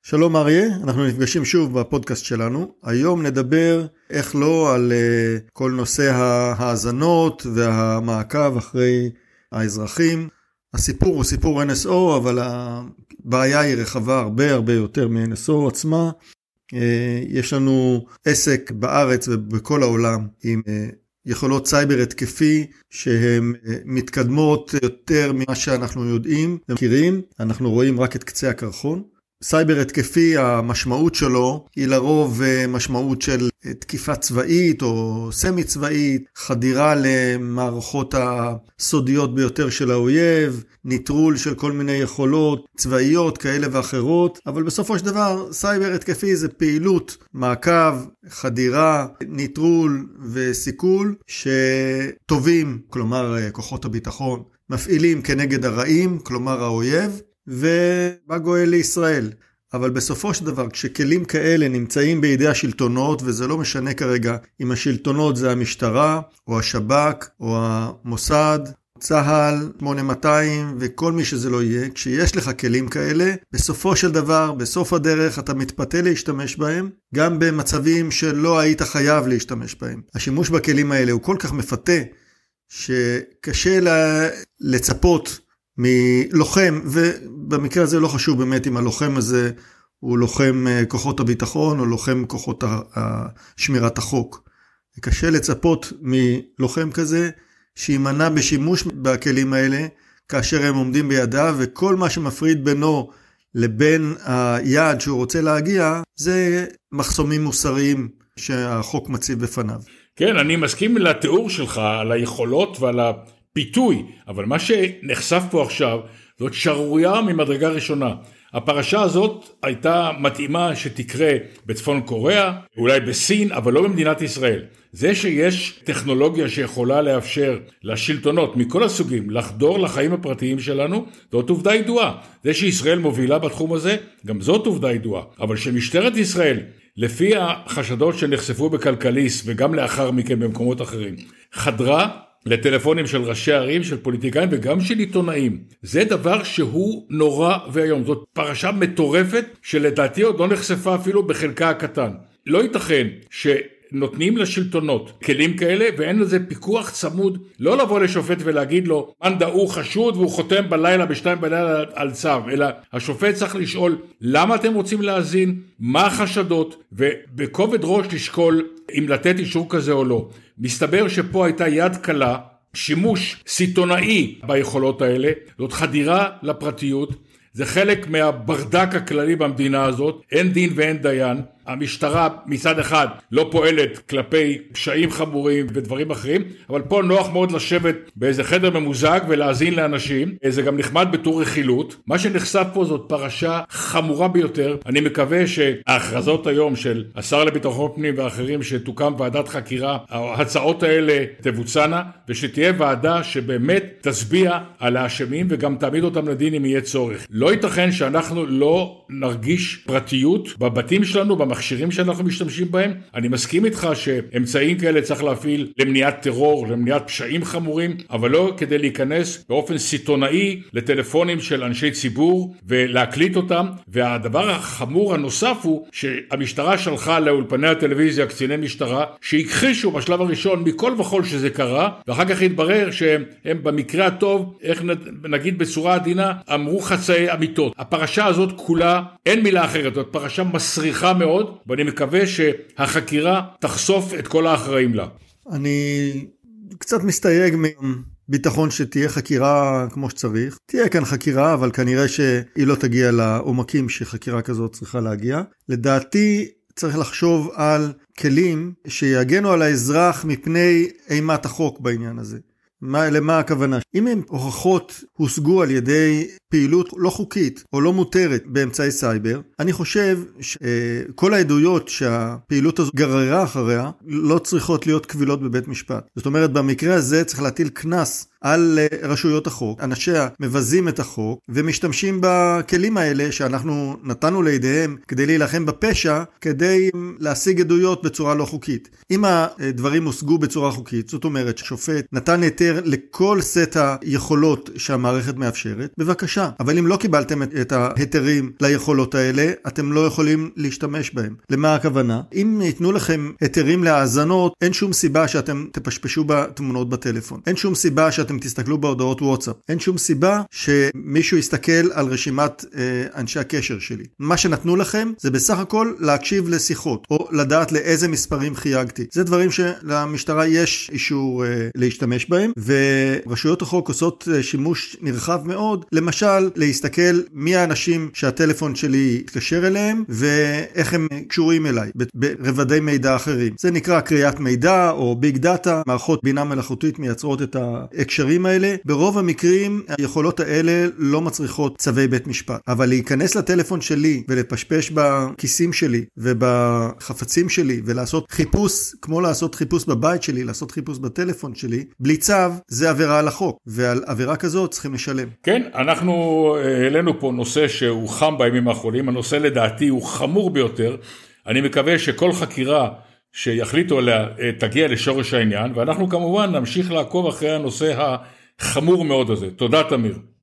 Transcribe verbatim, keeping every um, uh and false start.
שלום אריה, אנחנו נפגשים שוב בפודקאסט שלנו. היום נדבר איך לא על uh, כל נושא ההאזנות והמעקב אחרי האזרחים. הסיפור הוא סיפור אן אס או, אבל הבעיה היא רחבה הרבה הרבה יותר מ-אן אס או עצמה. Uh, יש לנו עסק בארץ ובכל העולם עם uh, יכולות סייבר התקפי שהן uh, מתקדמות יותר ממה שאנחנו יודעים ומכירים. אנחנו רואים רק את קצה הקרחון. סייבר התקפי, המשמעות שלו היא לרוב משמעות של תקיפה צבאית או סמי צבאית, חדירה למערכות הסודיות ביותר של האויב, ניטרול של כל מיני יכולות צבאיות כאלה ואחרות, אבל בסופו של דבר סייבר התקפי זה פעילות, מעקב, חדירה, ניטרול וסיכול שטובים, כלומר כוחות הביטחון, מפעילים כנגד הרעים, כלומר האויב, ובא גואל לישראל. אבל בסופו של דבר, כשכלים כאלה נמצאים בידי השלטונות, וזה לא משנה כרגע אם השלטונות זה המשטרה, או השב"כ, או המוסד, צהל, שמונה מאתיים, וכל מי שזה לא יהיה, כשיש לך כלים כאלה, בסופו של דבר, בסוף הדרך, אתה מתפתה להשתמש בהם, גם במצבים שלא היית חייב להשתמש בהם. השימוש בכלים האלה הוא כל כך מפתה, שקשה לצפות מלוחם, ובמקרה הזה לא חשוב באמת אם הלוחם הזה הוא לוחם כוחות הביטחון או לוחם כוחות שמירת החוק. קשה לצפות מלוחם כזה שימנע בשימוש בכלים האלה כאשר הם עומדים בידיו, וכל מה שמפריד בינו לבין היעד שהוא רוצה להגיע זה מחסומים מוסריים שהחוק מציב בפניו. כן, אני מסכים לתיאור שלך על היכולות ועל ה... פיתוי, אבל מה שנחשף פה עכשיו זאת שערורייה ממדרגה ראשונה. הפרשה הזאת הייתה מתאימה שתקרה בצפון קוריאה, אולי בסין, אבל לא במדינת ישראל. זה שיש טכנולוגיה שיכולה לאפשר לשלטונות מכל הסוגים לחדור לחיים הפרטיים שלנו, זאת עובדה ידועה. זה שישראל מובילה בתחום הזה, גם זאת עובדה ידועה. אבל שמשטרת ישראל, לפי החשדות שנחשפו בכלכליסט וגם לאחר מכן במקומות אחרים, חדרה לטלפונים של ראשי ערים, של פוליטיקאים וגם של עיתונאים. זה דבר שהוא נורא והיום. זאת פרשה מטורפת שלדעתי עוד לא נחשפה אפילו בחלקה הקטן. לא ייתכן שנותנים לשלטונות כלים כאלה ואין לזה פיקוח צמוד, לא לבוא לשופט ולהגיד לו, מנדה הוא חשוד והוא חותם בלילה בשתיים בלילה על צו, אלא השופט צריך לשאול למה אתם רוצים להאזין, מה החשדות, ובכובד ראש לשקול אם לתת אישור כזה או לא. מסתבר שפה הייתה יד קלה, שימוש סיטונאי ביכולות האלה, זאת חדירה לפרטיות, זה חלק מהברדק הכללי במדינה הזאת, אין דין ואין דיין. המשטרה מצד אחד לא פועלת כלפי פשעים חמורים ודברים אחרים, אבל פה נוח מאוד לשבת באיזה חדר ממוזג ולהאזין לאנשים, זה גם נחמד בתור רכילות. מה שנחשף פה זאת פרשה חמורה ביותר. אני מקווה שההכרזות היום של השר לביטחון פנים ואחרים שתוקם ועדת חקירה, ההצעות האלה תבוצענה, ושתהיה ועדה שבאמת תצביע על האשמים וגם תעמיד אותם לדין אם יהיה צורך. לא ייתכן שאנחנו לא נרגיש פרטיות בבתים שלנו, במכשירים שאנחנו משתמשים בהם. אני מסכים איתך שאמצעים כאלה צריך להפעיל למניעת טרור, למניעת פשעים חמורים, אבל לא כדי להיכנס באופן סיטונאי לטלפונים של אנשי ציבור ולהקליט אותם. והדבר החמור הנוסף הוא שהמשטרה שלחה לאולפני הטלוויזיה קציני משטרה שהכחישו בשלב הראשון מכל וכל שזה קרה, ואחר כך התברר שהם במקרה הטוב, איך נגיד בצורה עדינה, אמרו חצאי אמיתות. הפרשה הזאת כולה, אין מילה אחרת, זאת פרשה מסריחה מאוד, ואני מקווה שהחקירה תחשוף את כל האחראים לה. אני קצת מסתייג מביטחון שתהיה חקירה כמו שצריך. תהיה כאן חקירה, אבל כנראה שהיא לא תגיע לעומקים שחקירה כזאת צריכה להגיע. לדעתי צריך לחשוב על כלים שיגנו על האזרח מפני אימת החוק בעניין הזה. מה, למה הכוונה? אם הם הוכחות הושגו על ידי פעילות לא חוקית או לא מותרת באמצעי סייבר, אני חושב שכל העדויות שהפעילות הזו גררה אחריה לא צריכות להיות קבילות בבית משפט. זאת אומרת, במקרה הזה צריך להטיל קנס על רשויות החוק. אנשיה מבזים את החוק ומשתמשים בכלים האלה שאנחנו נתנו לידיהם כדי להילחם בפשע, כדי להשיג עדויות בצורה לא חוקית. אם הדברים הושגו בצורה חוקית, זאת אומרת ששופט נתן היתר לכל סט היכולות שהמערכת מאפשרת, בבקשה, כוונה. אבל אם לא קיבלתם את, את ההיתרים ליכולות האלה, אתם לא יכולים להשתמש בהם. למה הכוונה? אם ייתנו לכם היתרים להאזנות, אין שום סיבה שאתם תפשפשו בתמונות בטלפון. אין שום סיבה שאתם תסתכלו בהודעות וואטסאפ. אין שום סיבה שמישהו יסתכל על רשימת אה, אנשי הקשר שלי. מה שנתנו לכם זה בסך הכל להקשיב לשיחות, או לדעת לאיזה מספרים חייגתי. זה דברים שלמשטרה יש אישור אה, להשתמש בהם, ורשויות החוק עושות אה, שימוש נרחב מאוד, למשל להסתכל מי האנשים שהטלפון שלי יתקשר אליהם, ואיך הם קשורים אליי, ברבדי מידע אחרים. זה נקרא קריאת מידע או ביג דאטה, מערכות בינה מלאכותית מייצרות את ההקשרים האלה. ברוב המקרים היכולות האלה לא מצריכות צווי בית משפט, אבל להיכנס לטלפון שלי ולפשפש בכיסים שלי ובחפצים שלי ולעשות חיפוש, כמו לעשות חיפוש בבית שלי, לעשות חיפוש בטלפון שלי, בלי צו, זה עבירה על החוק, ועל עבירה כזאת צריכים לשלם. כן, אנחנו העלינו פה נושא שהוא חם בימים האחרונים, הנושא לדעתי הוא חמור ביותר. אני מקווה שכל חקירה שיחליטו עליה תגיע לשורש העניין, ואנחנו כמובן נמשיך לעקוב אחרי הנושא החמור מאוד הזה. תודה תמיר.